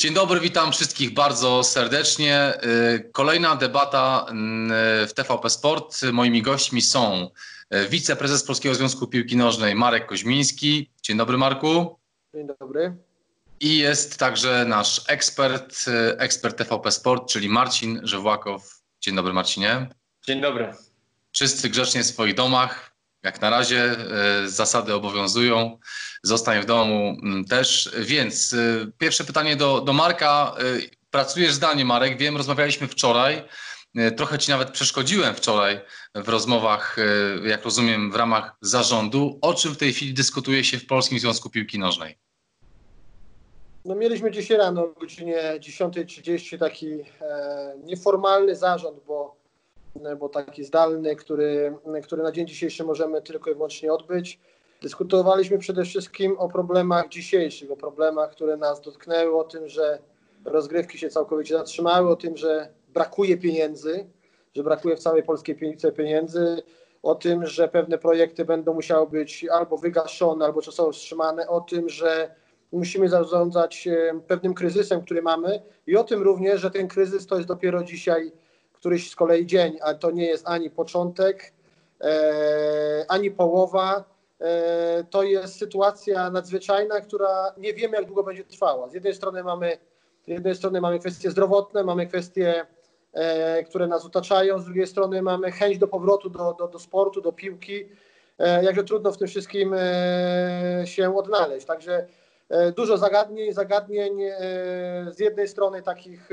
Dzień dobry, witam wszystkich bardzo serdecznie. Kolejna debata w TVP Sport. Moimi gośćmi są wiceprezes Polskiego Związku Piłki Nożnej Marek Koźmiński. Dzień dobry, Marku. Dzień dobry. I jest także nasz ekspert TVP Sport, czyli Marcin Żewłakow. Dzień dobry, Marcinie. Dzień dobry. Wszyscy grzecznie w swoich domach. Jak na razie zasady obowiązują. Zostań w domu też. Więc pierwsze pytanie do Marka. Pracujesz zdalnie, Marek. Wiem, rozmawialiśmy wczoraj. Trochę ci nawet przeszkodziłem wczoraj w rozmowach, jak rozumiem, w ramach zarządu. O czym w tej chwili dyskutuje się w Polskim Związku Piłki Nożnej? No, mieliśmy dzisiaj rano o godzinie 10:30 taki nieformalny zarząd, bo taki zdalny, który na dzień dzisiejszy możemy tylko i wyłącznie odbyć. Dyskutowaliśmy przede wszystkim o problemach dzisiejszych, o problemach, które nas dotknęły, o tym, że rozgrywki się całkowicie zatrzymały, o tym, że brakuje pieniędzy, że brakuje w całej polskiej piłce pieniędzy, o tym, że pewne projekty będą musiały być albo wygaszone, albo czasowo wstrzymane, o tym, że musimy zarządzać pewnym kryzysem, który mamy i o tym również, że ten kryzys to jest dopiero dzisiaj któryś z kolei dzień, a to nie jest ani początek, ani połowa. To jest sytuacja nadzwyczajna, która nie wiemy, jak długo będzie trwała. Z jednej strony mamy kwestie zdrowotne, mamy kwestie, które nas otaczają, z drugiej strony mamy chęć do powrotu do sportu, do piłki. Jakże trudno w tym wszystkim się odnaleźć. Także dużo zagadnień z jednej strony takich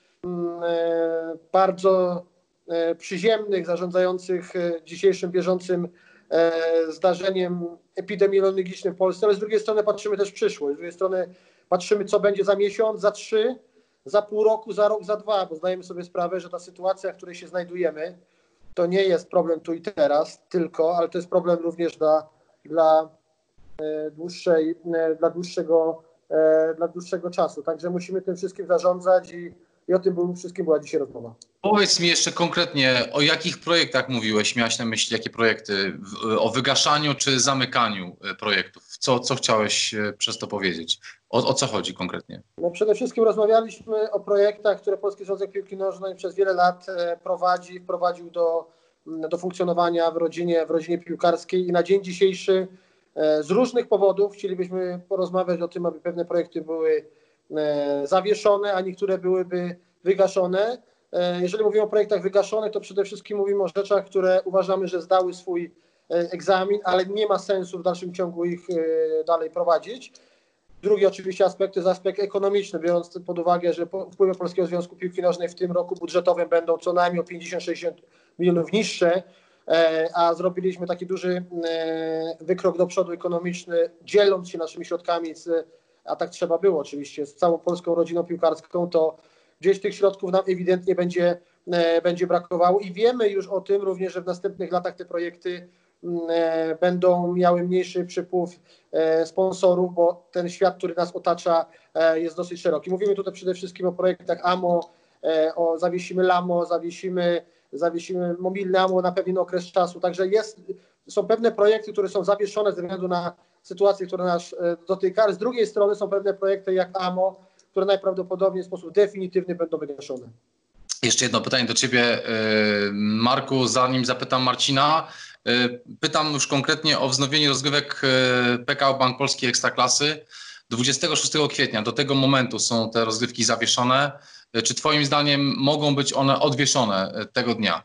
bardzo przyziemnych, zarządzających dzisiejszym bieżącym zdarzeniem epidemiologicznym w Polsce, ale z drugiej strony patrzymy też w przyszłość, z drugiej strony patrzymy, co będzie za miesiąc, za 3, za pół roku, za rok, za 2, bo zdajemy sobie sprawę, że ta sytuacja, w której się znajdujemy, to nie jest problem tu i teraz tylko, ale to jest problem również dla dłuższego czasu. Także musimy tym wszystkim zarządzać i o tym wszystkim była dzisiaj rozmowa. Powiedz mi jeszcze konkretnie, o jakich projektach mówiłeś? Miałeś na myśli jakie projekty? O wygaszaniu czy zamykaniu projektów? Co chciałeś przez to powiedzieć? O co chodzi konkretnie? No przede wszystkim rozmawialiśmy o projektach, które Polski Związek Piłki Nożnej przez wiele lat wprowadził do funkcjonowania w rodzinie piłkarskiej i na dzień dzisiejszy z różnych powodów chcielibyśmy porozmawiać o tym, aby pewne projekty były zawieszone, a niektóre byłyby wygaszone. Jeżeli mówimy o projektach wygaszonych, to przede wszystkim mówimy o rzeczach, które uważamy, że zdały swój egzamin, ale nie ma sensu w dalszym ciągu ich dalej prowadzić. Drugi oczywiście aspekt to jest aspekt ekonomiczny, biorąc pod uwagę, że wpływy Polskiego Związku Piłki Nożnej w tym roku budżetowym będą co najmniej o 50-60 milionów niższe, a zrobiliśmy taki duży wykrok do przodu ekonomiczny, dzieląc się naszymi środkami, a tak trzeba było oczywiście, z całą polską rodziną piłkarską, to gdzieś tych środków nam ewidentnie będzie brakowało i wiemy już o tym również, że w następnych latach te projekty będą miały mniejszy przypływ sponsorów, bo ten świat, który nas otacza, jest dosyć szeroki. Mówimy tutaj przede wszystkim o projektach AMO, zawiesimy LAMO, zawiesimy mobilne AMO na pewien okres czasu. Także są pewne projekty, które są zawieszone ze względu na sytuację, która nas dotyka. Z drugiej strony są pewne projekty jak AMO, które najprawdopodobniej w sposób definitywny będą wygaszone. Jeszcze jedno pytanie do Ciebie, Marku, zanim zapytam Marcina. Pytam już konkretnie o wznowienie rozgrywek PKO Bank Polski Ekstraklasy. 26 kwietnia, do tego momentu są te rozgrywki zawieszone. Czy Twoim zdaniem mogą być one odwieszone tego dnia?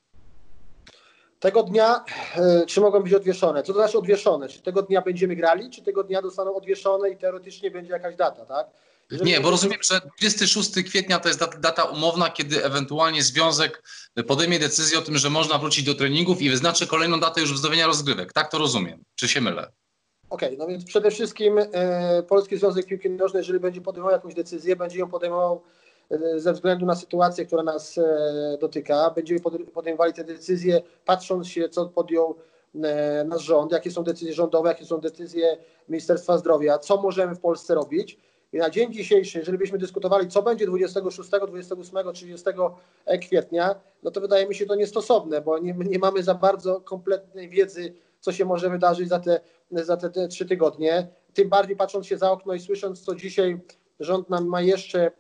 Tego dnia, czy mogą być odwieszone? Co to znaczy odwieszone? Czy tego dnia będziemy grali, czy tego dnia zostaną odwieszone i teoretycznie będzie jakaś data, tak? Nie, bo rozumiem, że 26 kwietnia to jest data umowna, kiedy ewentualnie związek podejmie decyzję o tym, że można wrócić do treningów i wyznaczy kolejną datę już wznowienia rozgrywek. Tak to rozumiem. Czy się mylę? Okej, no więc przede wszystkim Polski Związek Piłki Nożnej, jeżeli będzie podejmował jakąś decyzję, będzie ją podejmował ze względu na sytuację, która nas dotyka. Będziemy podejmowali te decyzje, patrząc się, co podjął nasz rząd, jakie są decyzje rządowe, jakie są decyzje Ministerstwa Zdrowia, co możemy w Polsce robić. I na dzień dzisiejszy, jeżeli byśmy dyskutowali, co będzie 26, 28, 30 kwietnia, no to wydaje mi się to niestosowne, bo nie mamy za bardzo kompletnej wiedzy, co się może wydarzyć za te 3 tygodnie. Tym bardziej patrząc się za okno i słysząc, co dzisiaj rząd nam ma jeszcze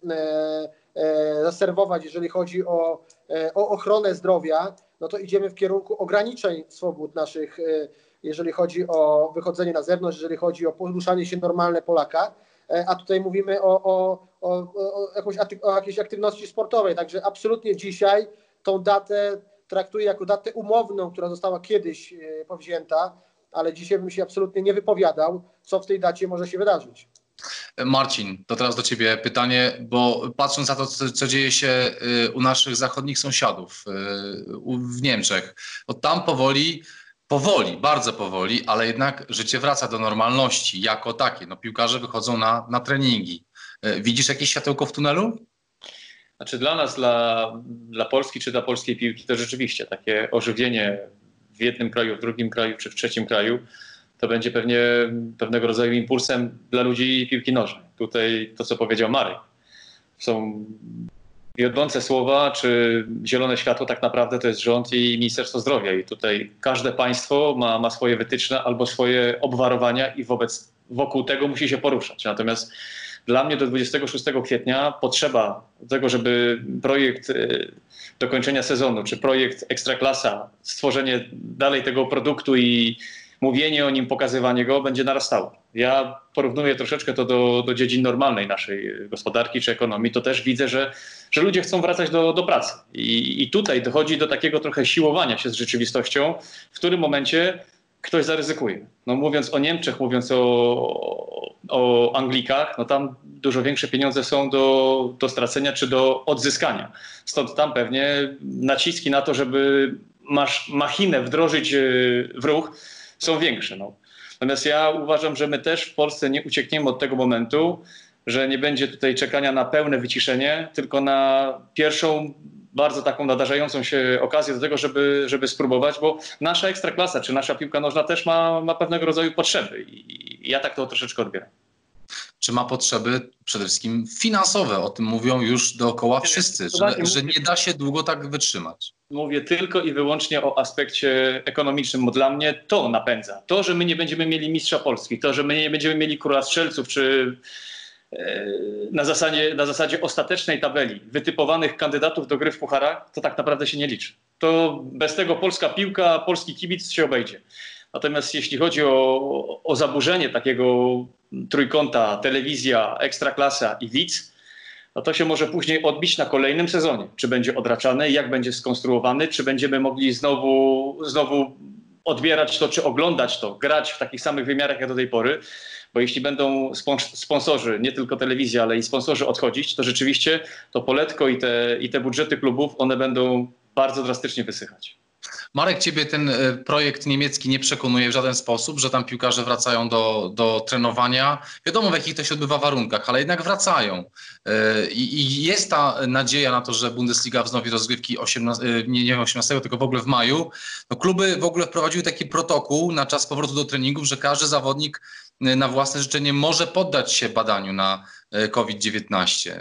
zaserwować, jeżeli chodzi o ochronę zdrowia, no to idziemy w kierunku ograniczeń swobód naszych, jeżeli chodzi o wychodzenie na zewnątrz, jeżeli chodzi o poruszanie się normalne Polaka, a tutaj mówimy o jakiejś aktywności sportowej. Także absolutnie dzisiaj tą datę traktuję jako datę umowną, która została kiedyś powzięta, ale dzisiaj bym się absolutnie nie wypowiadał, co w tej dacie może się wydarzyć. Marcin, to teraz do ciebie pytanie, bo patrząc na to, co dzieje się u naszych zachodnich sąsiadów w Niemczech, to tam powoli, bardzo powoli, ale jednak życie wraca do normalności jako takie. No, piłkarze wychodzą na treningi. Widzisz jakieś światełko w tunelu? Znaczy dla nas, dla Polski czy dla polskiej piłki to rzeczywiście takie ożywienie w jednym kraju, w drugim kraju czy w trzecim kraju to będzie pewnie pewnego rodzaju impulsem dla ludzi piłki nożnej. Tutaj to, co powiedział Marek, są wiodące słowa, czy zielone światło tak naprawdę to jest rząd i Ministerstwo Zdrowia. I tutaj każde państwo ma swoje wytyczne albo swoje obwarowania i wokół tego musi się poruszać. Natomiast dla mnie do 26 kwietnia potrzeba tego, żeby projekt dokończenia sezonu, czy projekt Ekstraklasa, stworzenie dalej tego produktu i mówienie o nim, pokazywanie go będzie narastało. Ja porównuję troszeczkę to do dziedzin normalnej naszej gospodarki czy ekonomii. To też widzę, że ludzie chcą wracać do pracy. I tutaj dochodzi do takiego trochę siłowania się z rzeczywistością, w którym momencie ktoś zaryzykuje. No, mówiąc o Niemczech, mówiąc o Anglikach, no tam dużo większe pieniądze są do stracenia czy do odzyskania. Stąd tam pewnie naciski na to, żeby machinę wdrożyć w ruch, są większe. No. Natomiast ja uważam, że my też w Polsce nie uciekniemy od tego momentu, że nie będzie tutaj czekania na pełne wyciszenie, tylko na pierwszą bardzo taką nadarzającą się okazję do tego, żeby spróbować, bo nasza ekstraklasa czy nasza piłka nożna też ma pewnego rodzaju potrzeby i ja tak to troszeczkę odbieram. Czy ma potrzeby przede wszystkim finansowe? O tym mówią już dookoła wszyscy, że nie da się długo tak wytrzymać. Mówię tylko i wyłącznie o aspekcie ekonomicznym, bo dla mnie to napędza. To, że my nie będziemy mieli mistrza Polski, to, że my nie będziemy mieli króla strzelców, czy na zasadzie ostatecznej tabeli wytypowanych kandydatów do gry w pucharach, to tak naprawdę się nie liczy. To bez tego polska piłka, polski kibic się obejdzie. Natomiast jeśli chodzi o zaburzenie takiego trójkąta, telewizja, ekstraklasa i widz, no to się może później odbić na kolejnym sezonie. Czy będzie odraczany, jak będzie skonstruowany, czy będziemy mogli znowu odbierać to, czy oglądać to, grać w takich samych wymiarach jak do tej pory. Bo jeśli będą sponsorzy, nie tylko telewizja, ale i sponsorzy odchodzić, to rzeczywiście to poletko i te budżety klubów, one będą bardzo drastycznie wysychać. Marek, ciebie ten projekt niemiecki nie przekonuje w żaden sposób, że tam piłkarze wracają do trenowania. Wiadomo, w jakich to się odbywa warunkach, ale jednak wracają. I jest ta nadzieja na to, że Bundesliga wznowi rozgrywki nie 18, tylko w ogóle w maju. No, kluby w ogóle wprowadziły taki protokół na czas powrotu do treningów, że każdy zawodnik na własne życzenie może poddać się badaniu na COVID-19.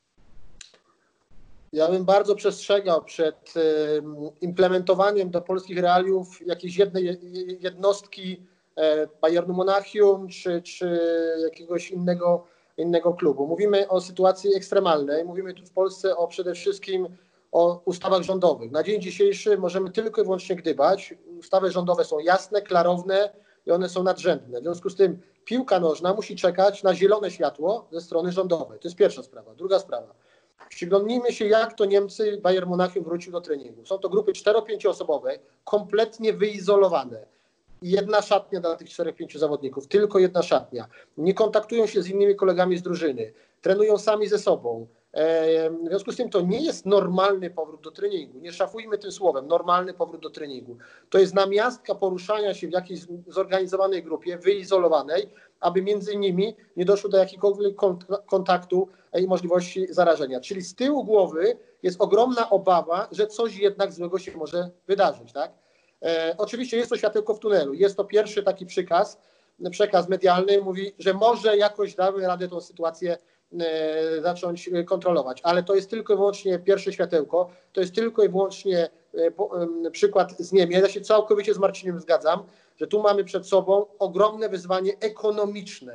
Ja bym bardzo przestrzegał przed implementowaniem do polskich realiów jakiejś jednej jednostki Bayernu Monachium czy jakiegoś innego klubu. Mówimy o sytuacji ekstremalnej, mówimy tu w Polsce przede wszystkim o ustawach rządowych. Na dzień dzisiejszy możemy tylko i wyłącznie gdybać. Ustawy rządowe są jasne, klarowne i one są nadrzędne. W związku z tym piłka nożna musi czekać na zielone światło ze strony rządowej. To jest pierwsza sprawa. Druga sprawa. Przyglądnijmy się, jak to Niemcy, Bayern Monachium wrócił do treningu. Są to grupy 4-5 osobowe, kompletnie wyizolowane. Jedna szatnia dla tych 4-5 zawodników, tylko jedna szatnia. Nie kontaktują się z innymi kolegami z drużyny, trenują sami ze sobą. W związku z tym to nie jest normalny powrót do treningu. Nie szafujmy tym słowem, normalny powrót do treningu. To jest namiastka poruszania się w jakiejś zorganizowanej grupie, wyizolowanej, aby między nimi nie doszło do jakiegokolwiek kontaktu i możliwości zarażenia. Czyli z tyłu głowy jest ogromna obawa, że coś jednak złego się może wydarzyć. Tak? Oczywiście jest to światełko w tunelu. Jest to pierwszy taki przekaz medialny, mówi, że może jakoś damy radę tą sytuację zacząć kontrolować. Ale to jest tylko i wyłącznie pierwsze światełko, to jest tylko i wyłącznie przykład z Niemiec. Ja się całkowicie z Marcinem zgadzam, że tu mamy przed sobą ogromne wyzwanie ekonomiczne.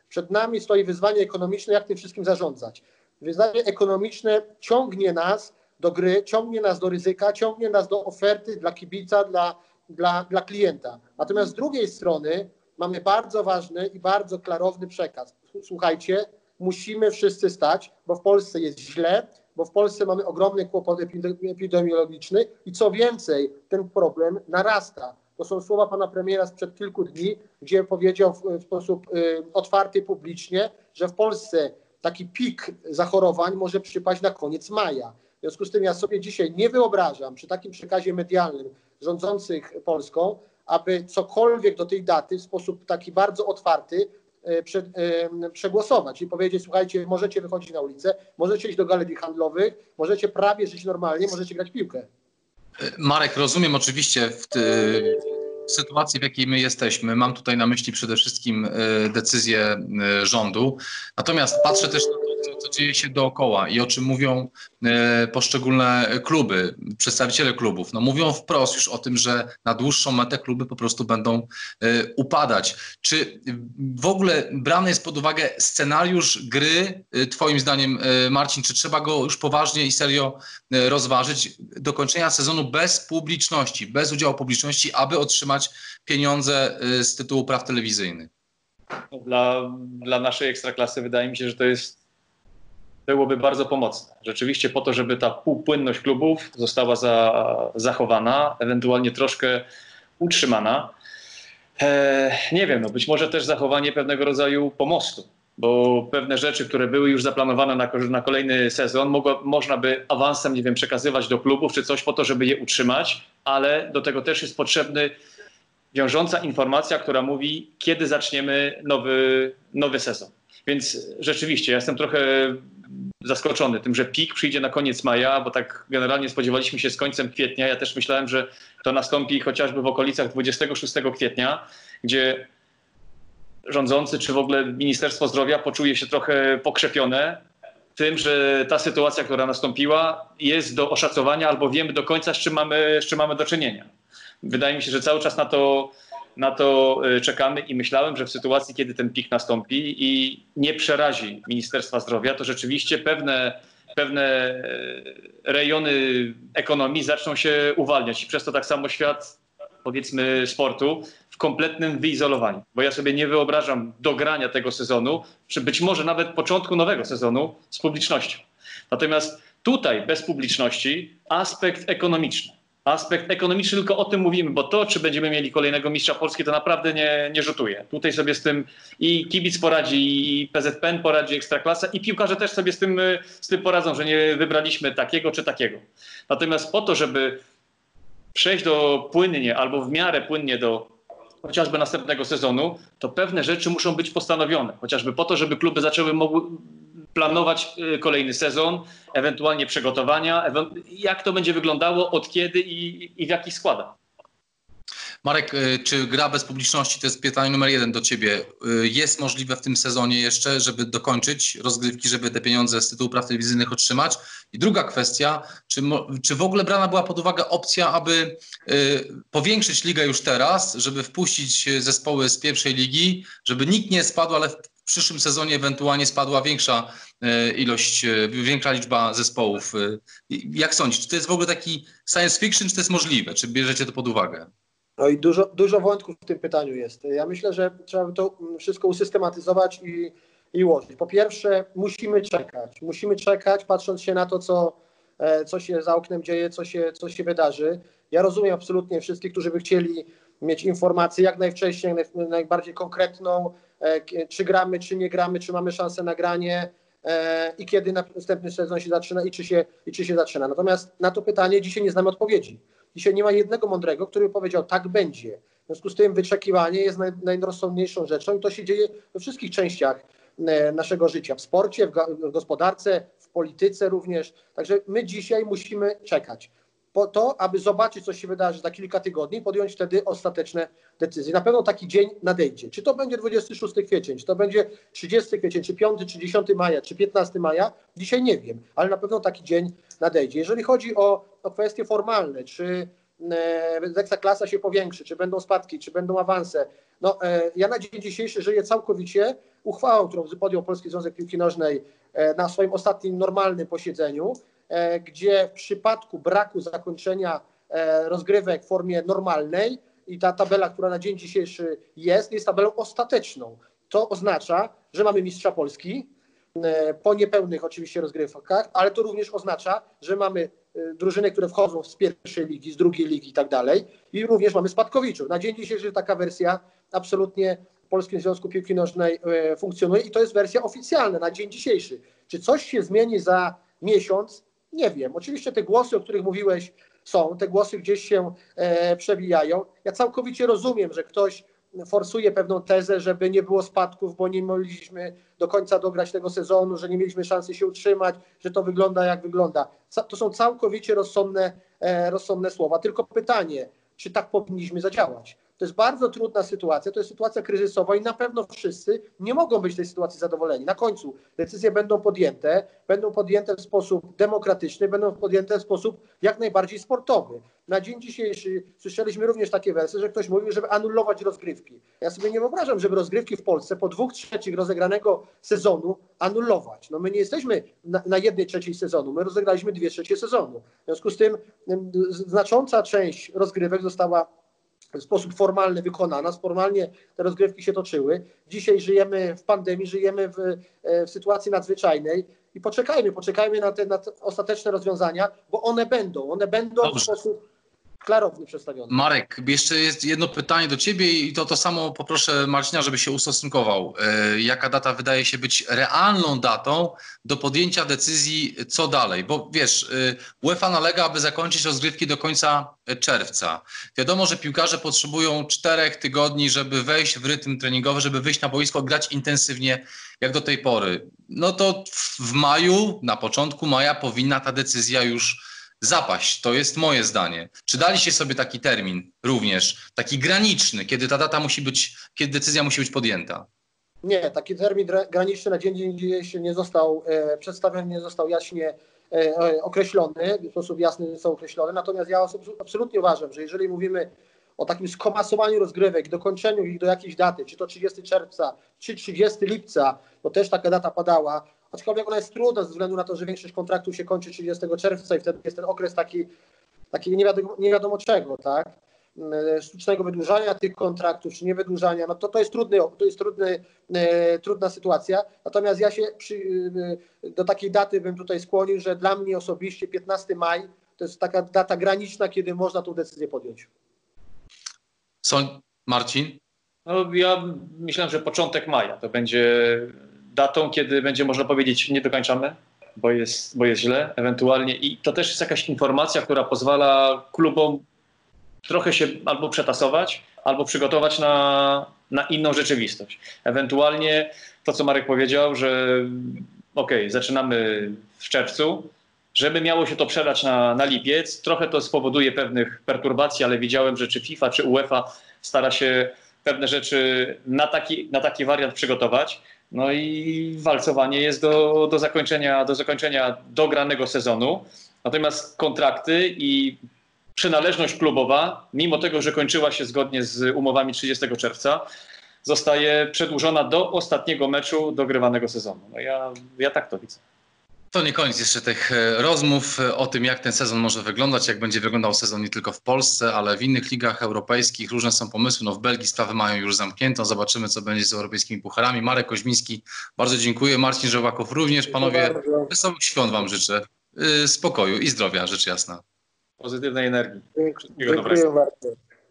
Przed nami stoi wyzwanie ekonomiczne, jak tym wszystkim zarządzać. Wyzwanie ekonomiczne ciągnie nas do gry, ciągnie nas do ryzyka, ciągnie nas do oferty dla kibica, dla klienta. Natomiast z drugiej strony mamy bardzo ważny i bardzo klarowny przekaz. Słuchajcie, musimy wszyscy stać, bo w Polsce jest źle, bo w Polsce mamy ogromny kłopot epidemiologiczny i co więcej, ten problem narasta. To są słowa pana premiera sprzed kilku dni, gdzie powiedział w sposób otwarty publicznie, że w Polsce taki pik zachorowań może przypaść na koniec maja. W związku z tym ja sobie dzisiaj nie wyobrażam przy takim przekazie medialnym rządzących Polską, aby cokolwiek do tej daty w sposób taki bardzo otwarty przegłosować i powiedzieć, słuchajcie, możecie wychodzić na ulicę, możecie iść do galerii handlowych, możecie prawie żyć normalnie, możecie grać w piłkę. Marek, rozumiem oczywiście w sytuacji, w jakiej my jesteśmy. Mam tutaj na myśli przede wszystkim decyzję rządu. Natomiast patrzę też na to, co dzieje się dookoła i o czym mówią poszczególne kluby, przedstawiciele klubów. No mówią wprost już o tym, że na dłuższą metę kluby po prostu będą upadać. Czy w ogóle brany jest pod uwagę scenariusz gry, twoim zdaniem, Marcin, czy trzeba go już poważnie i serio rozważyć do kończenia sezonu bez publiczności, bez udziału publiczności, aby otrzymać pieniądze z tytułu praw telewizyjnych? Dla naszej ekstraklasy wydaje mi się, że to byłoby bardzo pomocne. Rzeczywiście po to, żeby ta półpłynność klubów została zachowana, ewentualnie troszkę utrzymana. Nie wiem, no być może też zachowanie pewnego rodzaju pomostu, bo pewne rzeczy, które były już zaplanowane na kolejny sezon, można by awansem, nie wiem, przekazywać do klubów czy coś po to, żeby je utrzymać, ale do tego też jest potrzebny wiążąca informacja, która mówi, kiedy zaczniemy nowy sezon. Więc rzeczywiście, ja jestem trochę zaskoczony tym, że pik przyjdzie na koniec maja, bo tak generalnie spodziewaliśmy się z końcem kwietnia. Ja też myślałem, że to nastąpi chociażby w okolicach 26 kwietnia, gdzie rządzący czy w ogóle Ministerstwo Zdrowia poczuje się trochę pokrzepione tym, że ta sytuacja, która nastąpiła, jest do oszacowania albo wiemy do końca, z czym mamy do czynienia. Wydaje mi się, że cały czas na to czekamy i myślałem, że w sytuacji, kiedy ten pik nastąpi i nie przerazi Ministerstwa Zdrowia, to rzeczywiście pewne rejony ekonomii zaczną się uwalniać i przez to tak samo świat, powiedzmy, sportu w kompletnym wyizolowaniu. Bo ja sobie nie wyobrażam dogrania tego sezonu, czy być może nawet początku nowego sezonu z publicznością. Natomiast tutaj bez publiczności aspekt ekonomiczny tylko o tym mówimy, bo to, czy będziemy mieli kolejnego mistrza Polski, to naprawdę nie rzutuje. Tutaj sobie z tym i kibic poradzi, i PZPN poradzi, Ekstraklasa i piłkarze też sobie z tym poradzą, że nie wybraliśmy takiego czy takiego. Natomiast po to, żeby przejść płynnie albo w miarę płynnie do chociażby następnego sezonu, to pewne rzeczy muszą być postanowione. Chociażby po to, żeby kluby mogły planować kolejny sezon, ewentualnie przygotowania, jak to będzie wyglądało, od kiedy i w jakich składach. Marek, czy gra bez publiczności, to jest pytanie numer 1 do ciebie, jest możliwe w tym sezonie jeszcze, żeby dokończyć rozgrywki, żeby te pieniądze z tytułu praw telewizyjnych otrzymać? I druga kwestia, czy w ogóle brana była pod uwagę opcja, aby powiększyć ligę już teraz, żeby wpuścić zespoły z pierwszej ligi, żeby nikt nie spadł, ale w przyszłym sezonie ewentualnie spadła większa liczba zespołów. Jak sądzisz, czy to jest w ogóle taki science fiction, czy to jest możliwe? Czy bierzecie to pod uwagę? No i dużo wątków w tym pytaniu jest. Ja myślę, że trzeba by to wszystko usystematyzować i ułożyć. Po pierwsze, musimy czekać, patrząc się na to, co się za oknem dzieje, co się wydarzy. Ja rozumiem absolutnie wszystkich, którzy by chcieli mieć informację jak najwcześniej, najbardziej konkretną, czy gramy, czy nie gramy, czy mamy szansę na granie i kiedy następny sezon się zaczyna i czy się zaczyna. Natomiast na to pytanie dzisiaj nie znamy odpowiedzi. Dzisiaj nie ma jednego mądrego, który by powiedział, tak będzie. W związku z tym wyczekiwanie jest najrozsądniejszą rzeczą i to się dzieje we wszystkich częściach naszego życia. W sporcie, w gospodarce, w polityce również. Także my dzisiaj musimy czekać po to, aby zobaczyć, co się wydarzy za kilka tygodni i podjąć wtedy ostateczne decyzje. Na pewno taki dzień nadejdzie. Czy to będzie 26 kwiecień, czy to będzie 30 kwiecień, czy 5, czy 10 maja, czy 15 maja, dzisiaj nie wiem, ale na pewno taki dzień nadejdzie. Jeżeli chodzi o kwestie formalne, czy Ekstraklasa się powiększy, czy będą spadki, czy będą awanse, no ja na dzień dzisiejszy żyję całkowicie uchwałą, którą podjął Polski Związek Piłki Nożnej na swoim ostatnim normalnym posiedzeniu, gdzie w przypadku braku zakończenia rozgrywek w formie normalnej i ta tabela, która na dzień dzisiejszy jest tabelą ostateczną. To oznacza, że mamy mistrza Polski po niepełnych oczywiście rozgrywkach, ale to również oznacza, że mamy drużyny, które wchodzą z pierwszej ligi, z drugiej ligi i tak dalej, i również mamy spadkowiczów. Na dzień dzisiejszy taka wersja absolutnie w Polskim Związku Piłki Nożnej funkcjonuje i to jest wersja oficjalna na dzień dzisiejszy. Czy coś się zmieni za miesiąc? Nie wiem. Oczywiście te głosy, o których mówiłeś, są, te głosy gdzieś się przewijają. Ja całkowicie rozumiem, że ktoś forsuje pewną tezę, żeby nie było spadków, bo nie mogliśmy do końca dograć tego sezonu, że nie mieliśmy szansy się utrzymać, że to wygląda jak wygląda. To są całkowicie rozsądne słowa. Tylko pytanie, czy tak powinniśmy zadziałać? To jest bardzo trudna sytuacja, to jest sytuacja kryzysowa i na pewno wszyscy nie mogą być w tej sytuacji zadowoleni. Na końcu decyzje będą podjęte w sposób demokratyczny, będą podjęte w sposób jak najbardziej sportowy. Na dzień dzisiejszy słyszeliśmy również takie wersje, że ktoś mówił, żeby anulować rozgrywki. Ja sobie nie wyobrażam, żeby rozgrywki w Polsce po 2/3 rozegranego sezonu anulować. No my nie jesteśmy na 1/3 sezonu, my rozegraliśmy 2/3 sezonu. W związku z tym znacząca część rozgrywek została w sposób formalny wykonana, formalnie te rozgrywki się toczyły. Dzisiaj żyjemy w pandemii, żyjemy w sytuacji nadzwyczajnej i poczekajmy na te ostateczne rozwiązania, bo one będą w sposób klarowny przedstawione. Marek, jeszcze jest jedno pytanie do ciebie i to samo poproszę Marcina, żeby się ustosunkował. Jaka data wydaje się być realną datą do podjęcia decyzji, co dalej? Bo wiesz, UEFA nalega, aby zakończyć rozgrywki do końca czerwca. Wiadomo, że piłkarze potrzebują 4 tygodni, żeby wejść w rytm treningowy, żeby wyjść na boisko, grać intensywnie jak do tej pory. No to w maju, na początku maja powinna ta decyzja już zapaść. To jest moje zdanie. Czy daliście sobie taki termin również, taki graniczny, kiedy ta data musi być, kiedy decyzja musi być podjęta? Nie, taki termin graniczny na dzień dzisiejszy nie został przedstawiony, nie został jaśnie określony, w sposób jasny został określony. Natomiast ja absolutnie uważam, że jeżeli mówimy o takim skomasowaniu rozgrywek, dokończeniu ich do jakiejś daty, czy to 30 czerwca, czy 30 lipca, bo też taka data padała, aczkolwiek ona jest trudna ze względu na to, że większość kontraktów się kończy 30 czerwca i wtedy jest ten okres taki nie wiadomo czego, tak? Sztucznego wydłużania tych kontraktów, czy nie wydłużania, no to jest trudna sytuacja. Natomiast ja się do takiej daty bym tutaj skłonił, że dla mnie osobiście 15 maj to jest taka data graniczna, kiedy można tą decyzję podjąć. Marcin? No, ja myślałem, że początek maja to będzie datą, kiedy będzie można powiedzieć, nie dokończamy, bo jest źle ewentualnie. I to też jest jakaś informacja, która pozwala klubom trochę się albo przetasować, albo przygotować na inną rzeczywistość. Ewentualnie to, co Marek powiedział, że zaczynamy w czerwcu, żeby miało się to przelać na lipiec. Trochę to spowoduje pewnych perturbacji, ale widziałem, że czy FIFA, czy UEFA stara się pewne rzeczy na taki wariant przygotować. No i walcowanie jest do zakończenia dogranego sezonu. Natomiast kontrakty i przynależność klubowa, mimo tego, że kończyła się zgodnie z umowami 30 czerwca, zostaje przedłużona do ostatniego meczu dogrywanego sezonu. No ja tak to widzę. To nie koniec jeszcze tych rozmów o tym, jak ten sezon może wyglądać, jak będzie wyglądał sezon nie tylko w Polsce, ale w innych ligach europejskich. Różne są pomysły. No w Belgii sprawy mają już zamkniętą. Zobaczymy, co będzie z europejskimi pucharami. Marek Koźmiński, bardzo dziękuję. Marcin Żołakow również. Panowie, wesołych świąt wam życzę. Spokoju i zdrowia, rzecz jasna. Pozytywnej energii. Dziękuję bardzo.